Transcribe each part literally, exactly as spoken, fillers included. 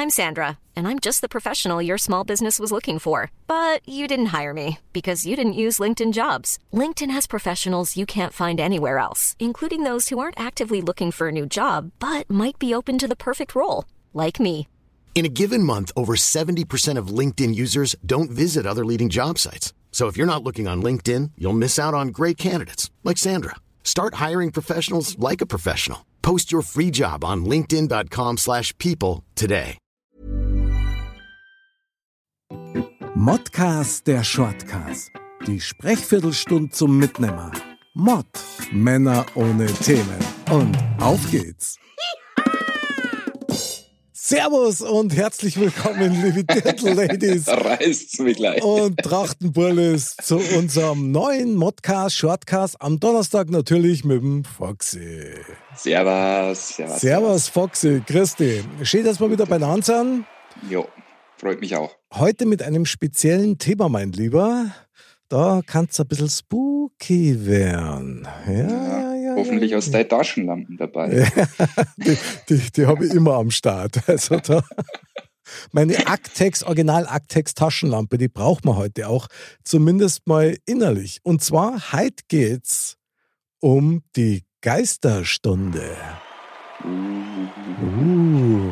I'm Sandra, and I'm just the professional your small business was looking for. But you didn't hire me because you didn't use LinkedIn Jobs. LinkedIn has professionals you can't find anywhere else, including those who aren't actively looking for a new job, but might be open to the perfect role, like me. In a given month, over seventy percent of LinkedIn users don't visit other leading job sites. So if you're not looking on LinkedIn, you'll miss out on great candidates like Sandra. Start hiring professionals like a professional. Post your free job on linkedin dot com slash people today. Modcast, der Shortcast. Die Sprechviertelstunde zum Mitnehmer. Mod. Männer ohne Themen. Und auf geht's. Servus und herzlich willkommen, liebe Dirndl-Ladies. Reißt's mich gleich. Und Trachtenburlis zu unserem neuen Modcast, Shortcast. Am Donnerstag natürlich mit dem Foxy. Servus. Servus, servus Foxy. Grüß dich. Schön, dass wir wieder beieinander sind. Jo, freut mich auch. Heute mit einem speziellen Thema, mein Lieber. Da kann es ein bisschen spooky werden. Ja, ja, ja, hoffentlich ja, aus ja. deinen Taschenlampen dabei. Ja, die die, die habe ich immer am Start. Also da, meine Actex, Original Actex Taschenlampe, die braucht man heute auch, zumindest mal innerlich. Und zwar, heute geht's um die Geisterstunde. Uh.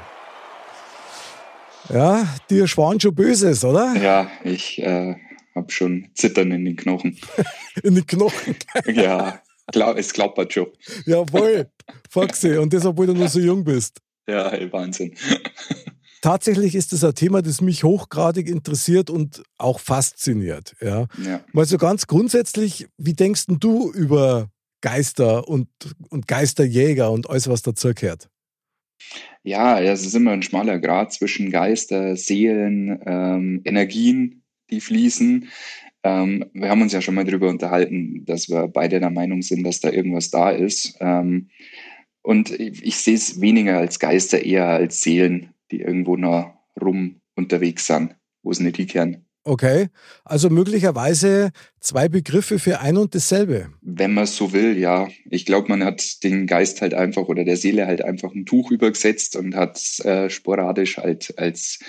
Ja, dir schwan schon Böses, oder? Ja, ich äh, habe schon Zittern in den Knochen. In den Knochen? Ja, klar, es klappert schon. Jawohl, Foxy. Und das, obwohl du noch so jung bist. Ja, ey, Wahnsinn. Tatsächlich ist das ein Thema, das mich hochgradig interessiert und auch fasziniert. Ja. Ja. Mal so ganz grundsätzlich, wie denkst denn du über Geister und, und Geisterjäger und alles, was dazugehört? Ja, es ist immer ein schmaler Grat zwischen Geister, Seelen, ähm, Energien, die fließen. Ähm, wir haben uns ja schon mal darüber unterhalten, dass wir beide der Meinung sind, dass da irgendwas da ist. Ähm, und ich, ich sehe es weniger als Geister, eher als Seelen, die irgendwo noch rum unterwegs sind, wo es nicht hinkehren. Okay, also möglicherweise zwei Begriffe für ein und dasselbe. Wenn man es so will, ja. Ich glaube, man hat den Geist halt einfach oder der Seele halt einfach ein Tuch übergesetzt und hat äh, sporadisch halt als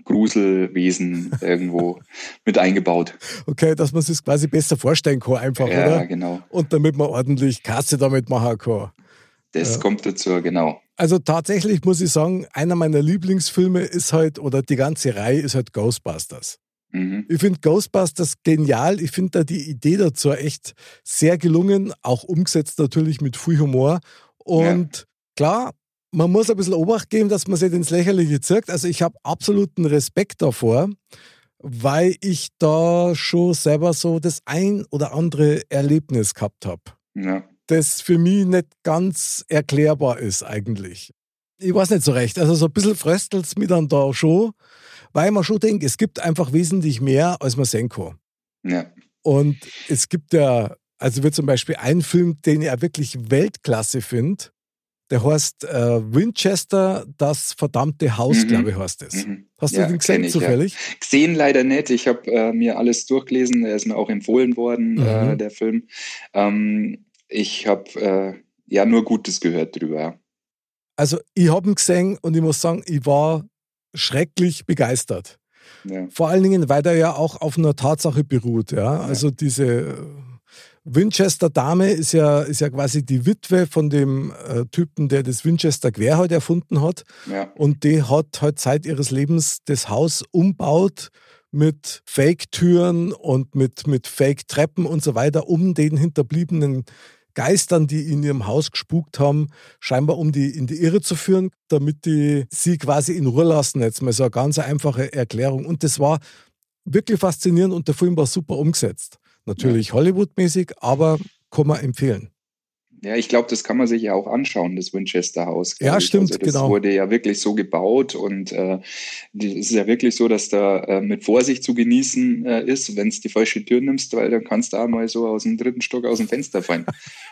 Gruselwesen irgendwo mit eingebaut. Okay, dass man sich quasi besser vorstellen kann einfach, ja, oder? Ja, genau. Und damit man ordentlich Kasse damit machen kann. Das ja. kommt dazu, genau. Also tatsächlich muss ich sagen, einer meiner Lieblingsfilme ist halt, oder die ganze Reihe ist halt Ghostbusters. Mhm. Ich finde Ghostbusters genial. Ich finde da die Idee dazu echt sehr gelungen, auch umgesetzt natürlich mit viel Humor. Und ja. klar, man muss ein bisschen Obacht geben, dass man sich ins Lächerliche zirkt. Also ich habe absoluten Respekt davor, weil ich da schon selber so das ein oder andere Erlebnis gehabt habe. Ja. Das für mich nicht ganz erklärbar ist eigentlich. Ich weiß nicht so recht. Also so ein bisschen fröstelt es mich dann da schon, weil man schon denkt, es gibt einfach wesentlich mehr, als man sehen kann. Ja. Und es gibt ja, also wie zum Beispiel einen Film, den ich auch wirklich Weltklasse finde, der heißt äh, Winchester, das verdammte Haus, mhm. glaube ich, heißt es. Mhm. Hast du ja, den gesehen ich, zufällig? Ja. Gesehen leider nicht. Ich habe äh, mir alles durchgelesen. Der ist mir auch empfohlen worden, mhm. äh, der Film. Ähm, ich habe äh, ja nur Gutes gehört drüber. Also ich habe ihn gesehen und ich muss sagen, ich war schrecklich begeistert. Ja. Vor allen Dingen, weil der ja auch auf einer Tatsache beruht. Ja? Also diese Winchester-Dame ist ja, ist ja quasi die Witwe von dem äh, Typen, der das Winchester-Gewehr halt erfunden hat. Ja. Und die hat halt Zeit ihres Lebens das Haus umbaut mit Fake-Türen und mit, mit Fake-Treppen und so weiter, um den hinterbliebenen Geistern, die in ihrem Haus gespukt haben, scheinbar um die in die Irre zu führen, damit die sie quasi in Ruhe lassen. Jetzt mal so eine ganz einfache Erklärung. Und das war wirklich faszinierend und der Film war super umgesetzt. Natürlich ja. Hollywood-mäßig, aber kann man empfehlen. Ja, ich glaube, das kann man sich ja auch anschauen, das Winchester-Haus. Ja, ich. stimmt, also das genau. wurde ja wirklich so gebaut und äh, es ist ja wirklich so, dass da äh, mit Vorsicht zu genießen äh, ist, wenn du die falsche Tür nimmst, weil dann kannst du auch mal so aus dem dritten Stock aus dem Fenster fallen.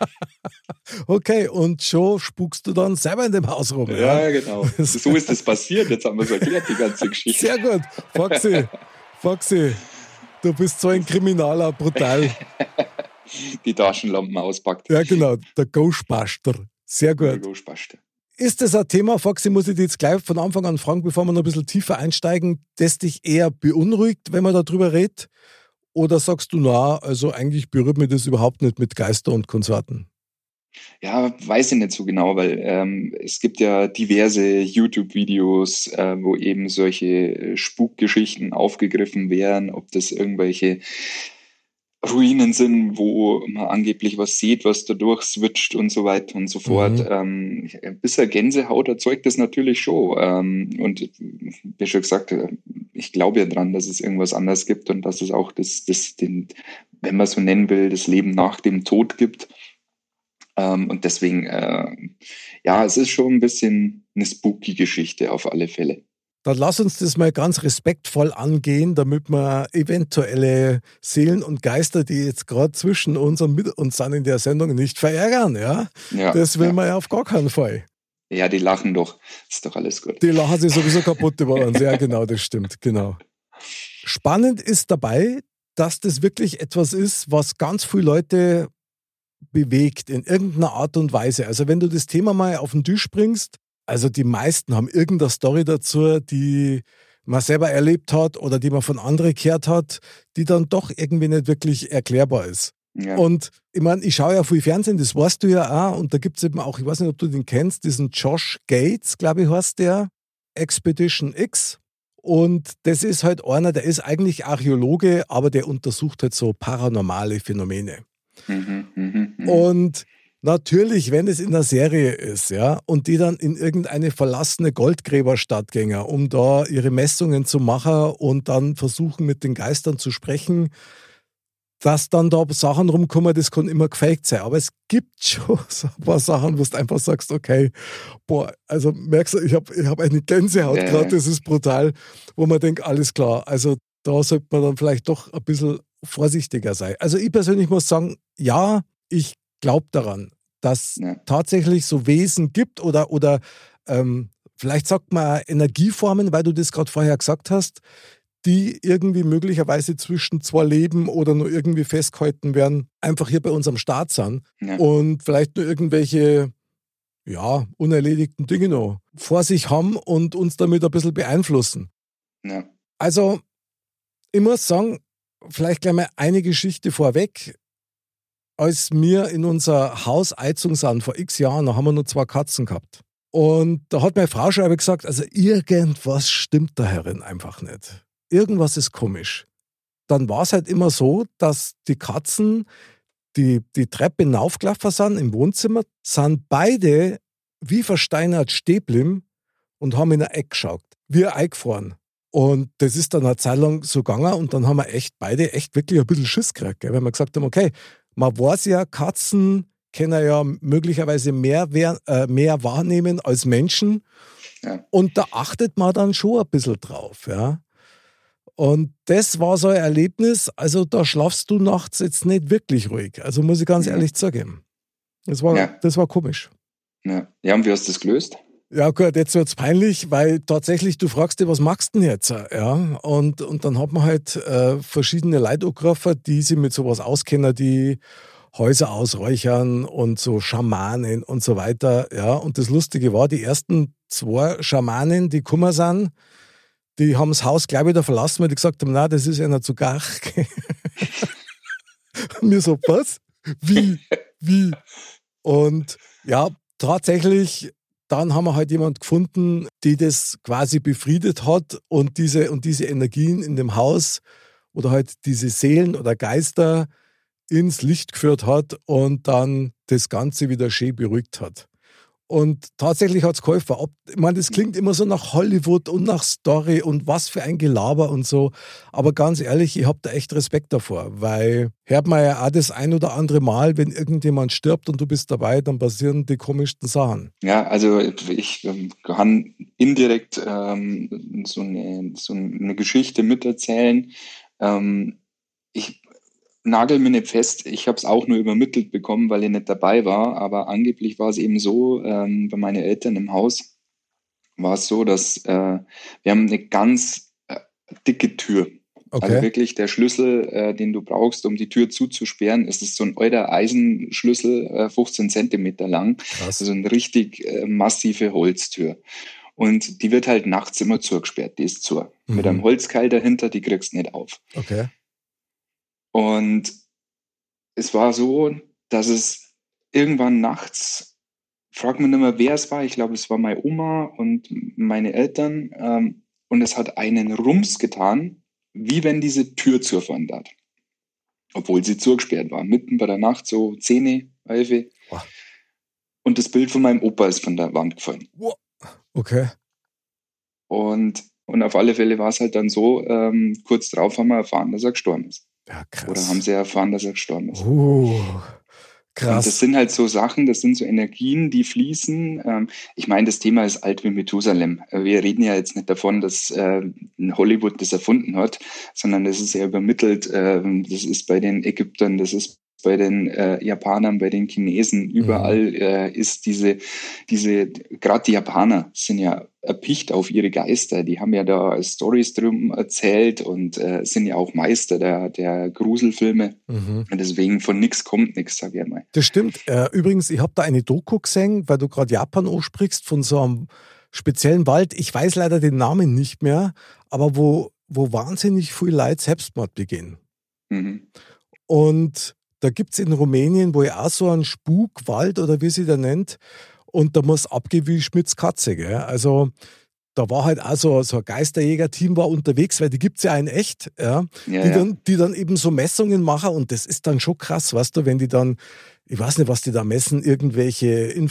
Okay, und schon spukst du dann selber in dem Haus rum. Ja, ja genau. So ist das passiert. Jetzt haben wir es erklärt, die ganze Geschichte. Sehr gut. Foxy, Foxy, du bist so ein Kriminaler, brutal. Die Taschenlampen auspackt. Ja, genau, der Ghostbuster. Sehr gut. Der Ghostbuster. Ist das ein Thema, Foxy, muss ich dich jetzt gleich von Anfang an fragen, bevor wir noch ein bisschen tiefer einsteigen, das dich eher beunruhigt, wenn man darüber redet? Oder sagst du, na, also eigentlich berührt mich das überhaupt nicht mit Geister und Konsorten? Ja, weiß ich nicht so genau, weil ähm, es gibt ja diverse YouTube-Videos, äh, wo eben solche Spukgeschichten aufgegriffen werden, ob das irgendwelche Ruinen sind, wo man angeblich was sieht, was da durchswitcht und so weiter und so fort. Mhm. Ähm, ein bisschen Gänsehaut erzeugt das natürlich schon. Ähm, und wie schon gesagt, ich glaube ja dran, dass es irgendwas anderes gibt und dass es auch das, das den, wenn man so nennen will, das Leben nach dem Tod gibt. Ähm, und deswegen, äh, ja, es ist schon ein bisschen eine spooky Geschichte auf alle Fälle. Dann lass uns das mal ganz respektvoll angehen, damit wir eventuelle Seelen und Geister, die jetzt gerade zwischen uns und mit uns sind in der Sendung, nicht verärgern. Ja? Ja, Das will ja. man ja auf gar keinen Fall. Ja, die lachen doch. Ist doch alles gut. Die lachen sich sowieso kaputt über uns. Ja, genau, das stimmt. Genau. Spannend ist dabei, dass das wirklich etwas ist, was ganz viele Leute bewegt in irgendeiner Art und Weise. Also wenn du das Thema mal auf den Tisch bringst, also die meisten haben irgendeine Story dazu, die man selber erlebt hat oder die man von anderen gehört hat, die dann doch irgendwie nicht wirklich erklärbar ist. Ja. Und ich meine, ich schaue ja viel Fernsehen, das weißt du ja auch, und da gibt es eben auch, ich weiß nicht, ob du den kennst, diesen Josh Gates, glaube ich, heißt der, Expedition X. Und das ist halt einer, der ist eigentlich Archäologe, aber der untersucht halt so paranormale Phänomene. Mhm, mhm, mhm. Und natürlich, wenn es in der Serie ist, ja, und die dann in irgendeine verlassene Goldgräberstadt gehen, um da ihre Messungen zu machen und dann versuchen, mit den Geistern zu sprechen, dass dann da Sachen rumkommen, das kann immer gefaked sein. Aber es gibt schon so ein paar Sachen, wo du einfach sagst, okay, boah, also merkst du, ich habe ich hab eine Gänsehaut Ja, gerade, ja. das ist brutal, wo man denkt, alles klar, also da sollte man dann vielleicht doch ein bisschen vorsichtiger sein. Also ich persönlich muss sagen, ja, ich glaube daran, dass Ja. tatsächlich so Wesen gibt oder, oder ähm, vielleicht sagt man auch Energieformen, weil du das gerade vorher gesagt hast, die irgendwie möglicherweise zwischen zwei Leben oder nur irgendwie festgehalten werden, einfach hier bei uns am Start sind Ja. und vielleicht nur irgendwelche, ja, unerledigten Dinge noch vor sich haben und uns damit ein bisschen beeinflussen. Ja. Also, ich muss sagen, vielleicht gleich mal eine Geschichte vorweg. Als wir in unser Haus eingezogen sind, vor x Jahren, da haben wir nur zwei Katzen gehabt. Und da hat meine Frau schon gesagt, also irgendwas stimmt da herin einfach nicht. Irgendwas ist komisch. Dann war es halt immer so, dass die Katzen, die die Treppe hinaufgelaufen sind im Wohnzimmer, sind beide wie versteinert stehen geblieben und haben in ein Eck geschaut, wie eingefahren. Und das ist dann eine Zeit lang so gegangen und dann haben wir echt beide echt wirklich ein bisschen Schiss gekriegt, gell? Weil wir gesagt haben, okay, man weiß ja, Katzen können ja möglicherweise mehr, äh, mehr wahrnehmen als Menschen. Ja. Und da achtet man dann schon ein bisschen drauf. Ja? Und das war so ein Erlebnis, also da schlafst du nachts jetzt nicht wirklich ruhig. Also muss ich ganz Ja. ehrlich zugeben. Das war, Ja. das war komisch. Ja. Ja, und wie hast du das gelöst? Ja gut, jetzt wird's peinlich, weil tatsächlich du fragst dich, was machst du denn jetzt? Ja? Und, und dann hat man halt äh, verschiedene Leute angerufen, die sich mit sowas auskennen, die Häuser ausräuchern und so Schamanen und so weiter. Ja? Und das Lustige war, die ersten zwei Schamanen, die gekommen sind, die haben das Haus gleich wieder verlassen, weil die gesagt haben, na, das ist ja nicht zu gar. Mir so, was? Wie? Wie? Und ja, tatsächlich, dann haben wir halt jemand gefunden, die das quasi befriedet hat und diese, und diese Energien in dem Haus oder halt diese Seelen oder Geister ins Licht geführt hat und dann das Ganze wieder schön beruhigt hat. Und tatsächlich hat es geholfen. Ob, ich meine, das klingt immer so nach Hollywood und nach Story und was für ein Gelaber und so. Aber ganz ehrlich, ich habe da echt Respekt davor, weil hört man ja auch das ein oder andere Mal, wenn irgendjemand stirbt und du bist dabei, dann passieren die komischsten Sachen. Ja, also ich ähm, kann indirekt ähm, so, eine, so eine Geschichte miterzählen. Ähm, ich nagel mir nicht fest, ich habe es auch nur übermittelt bekommen, weil ich nicht dabei war, aber angeblich war es eben so, ähm, bei meinen Eltern im Haus war es so, dass äh, wir haben eine ganz äh, dicke Tür Okay. Also wirklich der Schlüssel, äh, den du brauchst, um die Tür zuzusperren, ist es so ein alter Eisenschlüssel, äh, fünfzehn Zentimeter lang. Krass. Also eine richtig äh, massive Holztür. Und die wird halt nachts immer zugesperrt, die ist zu. Mhm. Mit einem Holzkeil dahinter, die kriegst du nicht auf. Okay. Und es war so, dass es irgendwann nachts, frag mich nicht mehr, wer es war, ich glaube, es war meine Oma und meine Eltern, ähm, und es hat einen Rums getan, wie wenn diese Tür zufahren hat. Obwohl sie zugesperrt war, mitten bei der Nacht, so zehn, elf. Wow. Und das Bild von meinem Opa ist von der Wand gefallen. Wow. Okay. Und, und auf alle Fälle war es halt dann so, ähm, kurz drauf haben wir erfahren, dass er gestorben ist. Ja, krass. Oder haben sie erfahren, dass er gestorben ist. Uh, krass. Und das sind halt so Sachen, das sind so Energien, die fließen. Ähm, ich meine, das Thema ist alt wie Methusalem. Wir reden ja jetzt nicht davon, dass äh, Hollywood das erfunden hat, sondern das ist ja übermittelt. Äh, das ist bei den Ägyptern, das ist bei den äh, Japanern, bei den Chinesen, überall mhm. äh, ist diese, diese, gerade die Japaner sind ja erpicht auf ihre Geister, die haben ja da Storys drum erzählt und äh, sind ja auch Meister der, der Gruselfilme. Mhm. Und deswegen von nix kommt nix, sag ich mal. Das stimmt. Äh, übrigens, ich habe da eine Doku gesehen, weil du gerade Japan ansprichst, von so einem speziellen Wald. Ich weiß leider den Namen nicht mehr, aber wo, wo wahnsinnig viel Leute Selbstmord begehen. Mhm. Und da gibt es in Rumänien, wo ja auch so einen Spukwald oder wie sie da nennt, und da muss abgehen wie Schmitz Katze. Gell? Also da war halt auch so, so ein Geisterjäger-Team war unterwegs, weil die gibt es ja in echt, ja, ja, die, ja. Dann, die dann eben so Messungen machen und das ist dann schon krass, weißt du, wenn die dann, ich weiß nicht, was die da messen, irgendwelche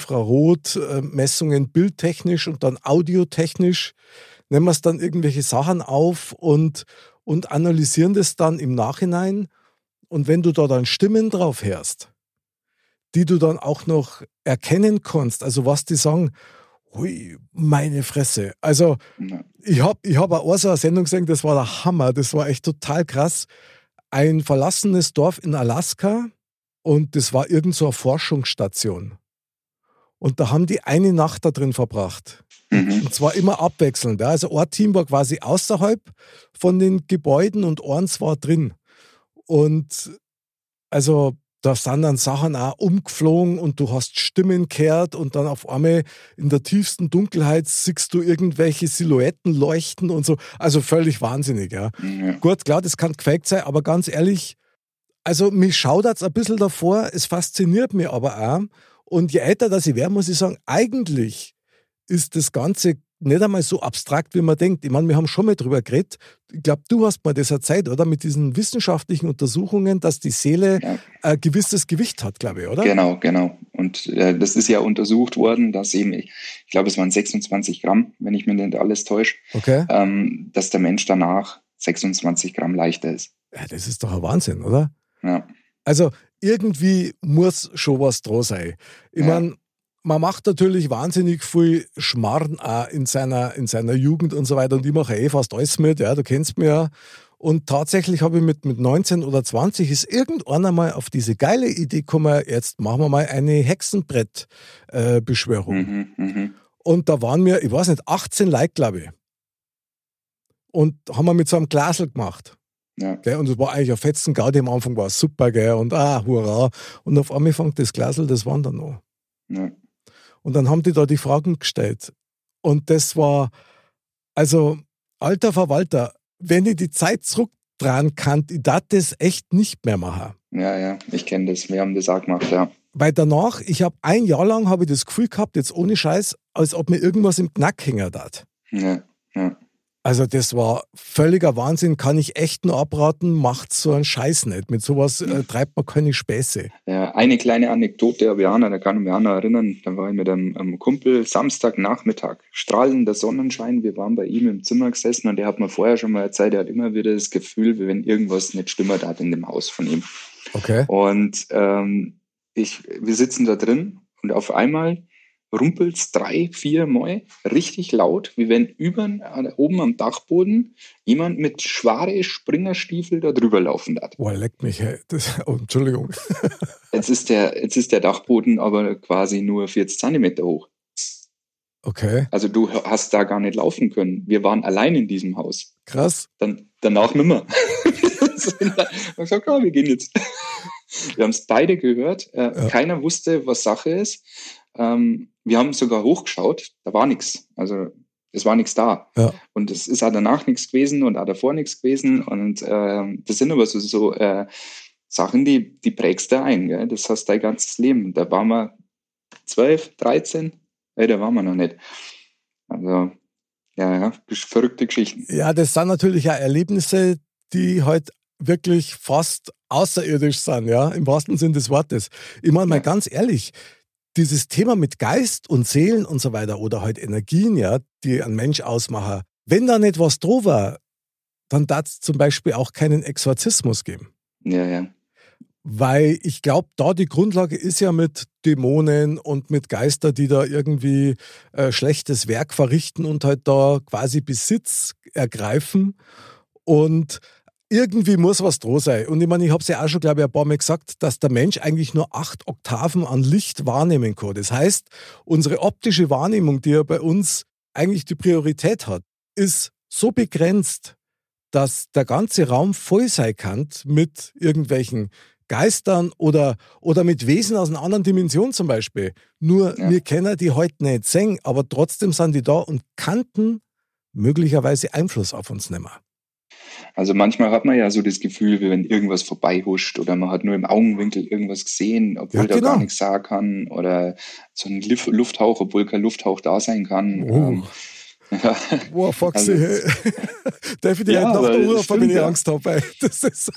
Infrarot-Messungen, bildtechnisch und dann audiotechnisch, nehmen wir es dann irgendwelche Sachen auf und, und analysieren das dann im Nachhinein. Und wenn du da dann Stimmen drauf hörst, die du dann auch noch erkennen kannst, also was die sagen, hui, meine Fresse. Also ja. ich habe ich hab auch so eine Sendung gesehen, das war der Hammer, das war echt total krass. Ein verlassenes Dorf in Alaska und das war irgend so eine Forschungsstation. Und da haben die eine Nacht da drin verbracht. Mhm. Und zwar immer abwechselnd. Also ein Team war quasi außerhalb von den Gebäuden und eins war drin. Und also da sind dann Sachen auch umgeflogen und du hast Stimmen gehört und dann auf einmal in der tiefsten Dunkelheit siehst du irgendwelche Silhouetten leuchten und so. Also völlig wahnsinnig, ja. Mhm. Gut, klar, das kann gefaked sein, aber ganz ehrlich, also mich schaudert es ein bisschen davor, es fasziniert mich aber auch. Und je älter das ich werde, muss ich sagen, eigentlich ist das Ganze nicht einmal so abstrakt, wie man denkt. Ich meine, wir haben schon mal drüber geredet. Ich glaube, du hast mal das erzählt, oder? Mit diesen wissenschaftlichen Untersuchungen, dass die Seele ja. ein gewisses Gewicht hat, glaube ich, oder? Genau, genau. Und äh, das ist ja untersucht worden, dass eben, ich, ich glaube, es waren sechsundzwanzig Gramm, wenn ich mir nicht alles täusche, okay. ähm, dass der Mensch danach sechsundzwanzig Gramm leichter ist. Ja, das ist doch ein Wahnsinn, oder? Ja. Also irgendwie muss schon was dran sein. Ich ja. meine, man macht natürlich wahnsinnig viel Schmarrn auch in seiner, in seiner Jugend und so weiter. Und ich mache eh fast alles mit, ja, du kennst mich ja. Und tatsächlich habe ich mit, mit neunzehn oder zwanzig ist irgendwann einmal auf diese geile Idee gekommen, jetzt machen wir mal eine Hexenbrett-Beschwörung. Mhm, mh. Und da waren wir, ich weiß nicht, achtzehn Leute, glaube ich. Und haben wir mit so einem Glasl gemacht. Ja. Gell? Und es war eigentlich ein fetzen Gaudi, am Anfang war es super, gell? Und ah, hurra. Und auf einmal fängt das Glasl das Wandern an. Ja. Und dann haben die da die Fragen gestellt. Und das war, also, alter Verwalter, wenn ich die Zeit zurückdrehen kann, ich darf das echt nicht mehr machen. Ja, ja, ich kenne das. Wir haben das auch gemacht, ja. Weil danach, ich habe ein Jahr lang habe ich das Gefühl gehabt, jetzt ohne Scheiß, als ob mir irgendwas im Knack hängen hat. Ja, ja. Also das war völliger Wahnsinn, kann ich echt nur abraten, macht so einen Scheiß nicht. Mit sowas äh, treibt man keine Späße. Ja, eine kleine Anekdote habe ich auch noch, da kann ich mich auch noch erinnern. Da war ich mit einem, einem Kumpel Samstagnachmittag, strahlender Sonnenschein, wir waren bei ihm im Zimmer gesessen und der hat mir vorher schon mal erzählt, er hat immer wieder das Gefühl, wie wenn irgendwas nicht stimmt hat in dem Haus von ihm. Okay. Und ähm, ich, wir sitzen da drin und auf einmal rumpelt's drei, vier Mal richtig laut, wie wenn über, oben am Dachboden jemand mit schwere Springerstiefel da drüber laufen hat. Boah, leckt mich, hey. Das, oh, Entschuldigung. Jetzt ist, der, jetzt ist der Dachboden aber quasi nur vierzig Zentimeter hoch. Okay. Also du hast da gar nicht laufen können. Wir waren allein in diesem Haus. Krass. Dann, danach nimmer. Wir haben gesagt, oh, wir gehen jetzt. Wir haben es beide gehört. Äh, ja. Keiner wusste, was Sache ist. Ähm, wir haben sogar hochgeschaut. Da war nichts. Also es war nichts da. Ja. Und es ist auch danach nichts gewesen und auch davor nichts gewesen. Und äh, das sind aber so, so äh, Sachen, die, die prägst du ein. Gell? Das hast dein ganzes Leben. Da waren wir zwölf, dreizehn. Hey, da waren wir noch nicht. Also, ja, ja, verrückte Geschichten. Ja, das sind natürlich auch Erlebnisse, die halt wirklich fast außerirdisch sind, ja, im wahrsten Sinne des Wortes. Ich meine mal ja. ganz ehrlich, dieses Thema mit Geist und Seelen und so weiter oder halt Energien, ja, die ein Mensch ausmachen, wenn da nicht was drauf war, dann darf es zum Beispiel auch keinen Exorzismus geben. Ja, ja. Weil ich glaube, da die Grundlage ist ja mit Dämonen und mit Geister, die da irgendwie äh, schlechtes Werk verrichten und halt da quasi Besitz ergreifen. Und irgendwie muss was dran sein. Und ich meine, ich habe es ja auch schon, glaube ich, ein paar Mal gesagt, dass der Mensch eigentlich nur acht Oktaven an Licht wahrnehmen kann. Das heißt, unsere optische Wahrnehmung, die ja bei uns eigentlich die Priorität hat, ist so begrenzt, dass der ganze Raum voll sein kann mit irgendwelchen Geistern oder, oder mit Wesen aus einer anderen Dimension zum Beispiel. Nur ja. wir können die heute nicht sehen, aber trotzdem sind die da und könnten möglicherweise Einfluss auf uns nehmen. Also manchmal hat man ja so das Gefühl, wie wenn irgendwas vorbeihuscht oder man hat nur im Augenwinkel irgendwas gesehen, obwohl ja, genau. da gar nichts sagen kann, oder so ein Lufthauch, obwohl kein Lufthauch da sein kann. Oh. Ähm, ja. Wow, Foxy, also, hey. Darf ich dir ja, heute nach der Uhr, wenn ich ja. Angst habe? Das ist...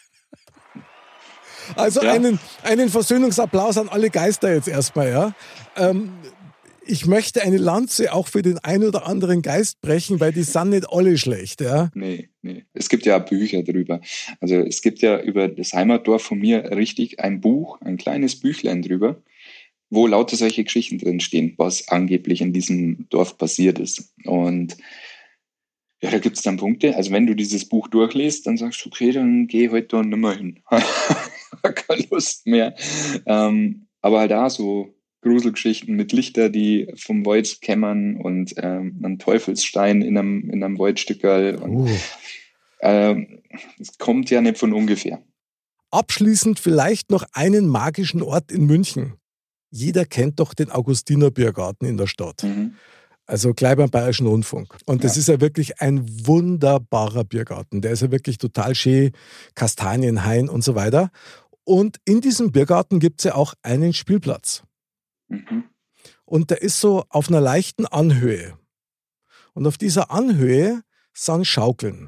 Also ja. einen, einen Versöhnungsapplaus an alle Geister jetzt erstmal, ja. Ähm, ich möchte eine Lanze auch für den einen oder anderen Geist brechen, weil die sind nicht alle schlecht, ja. Nee, nee. Es gibt ja Bücher drüber. Also es gibt ja über das Heimatdorf von mir richtig ein Buch, ein kleines Büchlein drüber, wo lauter solche Geschichten drinstehen, was angeblich in diesem Dorf passiert ist. Und ja, da gibt es dann Punkte. Also wenn du dieses Buch durchliest, dann sagst du, okay, dann geh heute da nicht mehr hin. Keine Lust mehr. Ähm, aber halt da so Gruselgeschichten mit Lichter, die vom Wald kämmern und ähm, ein Teufelsstein in einem, in einem Waldstückerl. Und, uh. ähm, es kommt ja nicht von ungefähr. Abschließend vielleicht noch einen magischen Ort in München. Jeder kennt doch den Augustinerbiergarten in der Stadt. Mhm. Also gleich beim Bayerischen Rundfunk. Und das ja. ist ja wirklich ein wunderbarer Biergarten. Der ist ja wirklich total schön, Kastanienhain und so weiter. Und in diesem Biergarten gibt es ja auch einen Spielplatz. Mhm. Und der ist so auf einer leichten Anhöhe. Und auf dieser Anhöhe sind Schaukeln.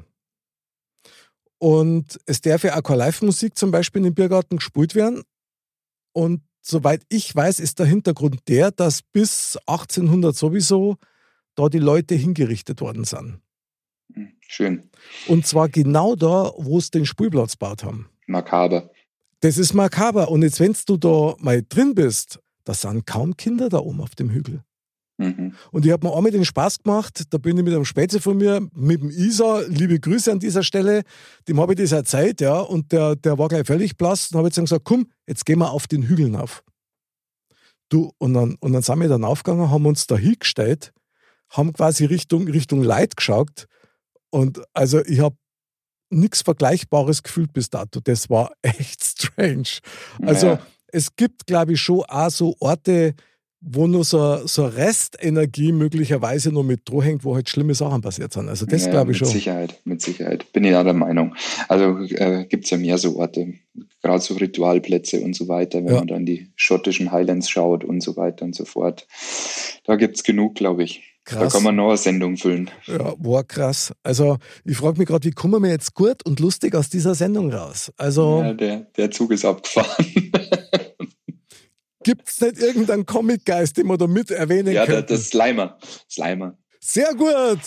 Und es darf ja auch keine Live-Musik zum Beispiel in dem Biergarten gespielt werden. Und soweit ich weiß, ist der Hintergrund der, dass bis achtzehnhundert sowieso da die Leute hingerichtet worden sind. Schön. Und zwar genau da, wo es den Spielplatz gebaut haben. Makaber. Das ist makaber. Und jetzt, wenn du da mal drin bist, da sind kaum Kinder da oben auf dem Hügel. Mhm. Und ich habe mir einmal den Spaß gemacht, da bin ich mit einem Spätze von mir, mit dem Isa, liebe Grüße an dieser Stelle, dem habe ich das erzählt, ja, und der, der war gleich völlig blass. Dann habe ich dann gesagt, komm, jetzt gehen wir auf den Hügel rauf. Du, und dann, und dann sind wir dann aufgegangen, haben uns da hingestellt, haben quasi Richtung, Richtung Leid geschaut. Und also ich habe nichts Vergleichbares gefühlt bis dato. Das war echt strange. Also ja. Es gibt, glaube ich, schon auch so Orte, wo nur so, so Restenergie möglicherweise noch mit dran hängt, wo halt schlimme Sachen passiert sind. Also das ja, glaube ich schon. Mit Sicherheit, mit Sicherheit. Bin ich auch der Meinung. Also äh, gibt es ja mehr so Orte, gerade so Ritualplätze und so weiter, wenn ja. man dann die schottischen Highlands schaut und so weiter und so fort. Da gibt es genug, glaube ich. Krass. Da kann man noch eine Sendung füllen. Ja, boah, krass. Also ich frage mich gerade, wie kommen wir jetzt gut und lustig aus dieser Sendung raus? Also ja, der, der Zug ist abgefahren. Gibt es nicht irgendeinen Comic-Geist, den wir da mit erwähnen ja, können? Ja, das Slimer. Slimer. Sehr gut.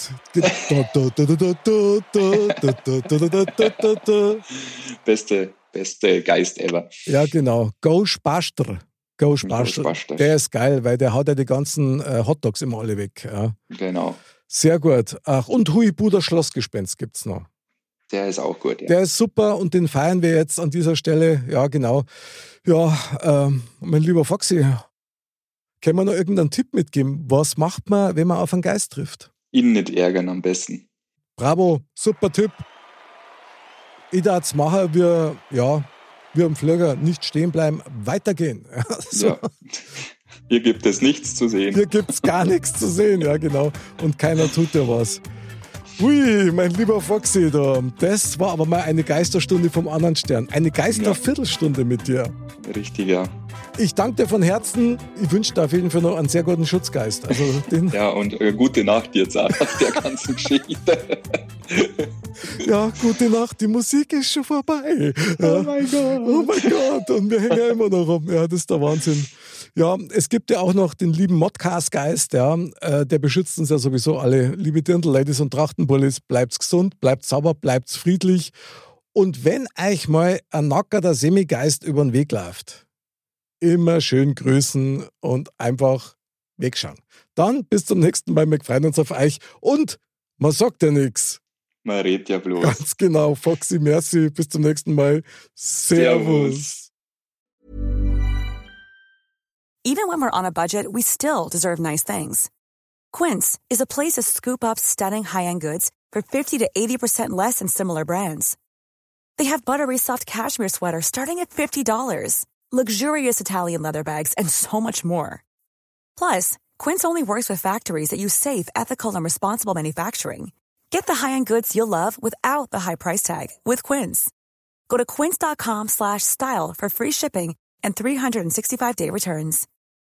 beste, beste Geist ever. Ja, genau. Ghostbuster. Ghostbuster. Ghostbuster. Der ist geil, weil der haut ja die ganzen äh, Hotdogs immer alle weg. Ja. Genau. Sehr gut. Ach, und Huibuder Schlossgespenst gibt es noch. Der ist auch gut, ja. Der ist super und den feiern wir jetzt an dieser Stelle. Ja, genau. Ja, ähm, mein lieber Foxy, Können wir noch irgendeinen Tipp mitgeben? Was macht man, wenn man auf einen Geist trifft? Ihn nicht ärgern am besten. Bravo, super Tipp. Ich darf es machen, wir, ja, wir am Flieger nicht stehen bleiben, weitergehen. So. Ja. Hier gibt es nichts zu sehen. Hier gibt es gar nichts zu sehen, ja genau. Und keiner tut dir was. Ui, mein lieber Foxy, da. Das war aber mal eine Geisterstunde vom anderen Stern. Eine Geisterviertelstunde mit dir. Richtig, ja. Ich danke dir von Herzen. Ich wünsche dir auf jeden Fall noch einen sehr guten Schutzgeist. Also den ja, und äh, gute Nacht jetzt auch nach der ganzen Geschichte. Ja, gute Nacht. Die Musik ist schon vorbei. Ja. Oh mein Gott. Oh mein Gott. Und wir hängen immer noch rum. Ja, das ist der Wahnsinn. Ja, es gibt ja auch noch den lieben Modcast-Geist, ja, äh, der beschützt uns ja sowieso alle. Liebe Dirndl-Ladies und Trachtenbullis, bleibt's gesund, bleibt sauber, bleibt's friedlich. Und wenn euch mal ein nackerter Semigeist über den Weg läuft, immer schön grüßen und einfach wegschauen. Dann bis zum nächsten Mal, wir freuen uns auf euch und man sagt ja nichts. Man redet ja bloß. Ganz genau, Foxy, merci, bis zum nächsten Mal. Servus. Servus. Even when we're on a budget, we still deserve nice things. Quince is a place to scoop up stunning high-end goods for fifty to eighty percent less than similar brands. They have buttery soft cashmere sweaters starting at fifty dollars, luxurious Italian leather bags, and so much more. Plus, Quince only works with factories that use safe, ethical, and responsible manufacturing. Get the high-end goods you'll love without the high price tag with Quince. Go to quince.com slash style for free shipping and three sixty-five day returns.